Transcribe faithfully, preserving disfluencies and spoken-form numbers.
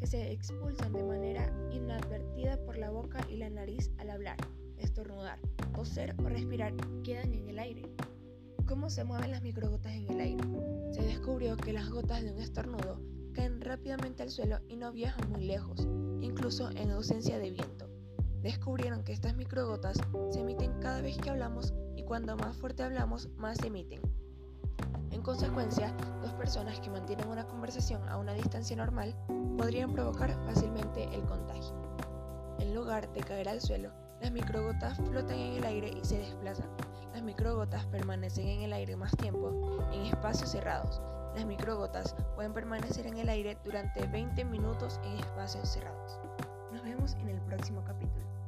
se expulsan de manera inadvertida por la boca y la nariz al hablar, estornudar, toser o respirar, quedan en el aire. ¿Cómo se mueven las microgotas en el aire? Se descubrió que las gotas de un estornudo caen rápidamente al suelo y no viajan muy lejos, incluso en ausencia de viento. Descubrieron que estas microgotas se emiten cada vez que hablamos y cuando más fuerte hablamos, más se emiten. En consecuencia, dos personas que mantienen una conversación a una distancia normal podrían provocar fácilmente el contagio. En lugar de caer al suelo, las microgotas flotan en el aire y se desplazan. Las microgotas permanecen en el aire más tiempo en espacios cerrados. Las microgotas pueden permanecer en el aire durante veinte minutos en espacios cerrados. Nos vemos en el próximo capítulo.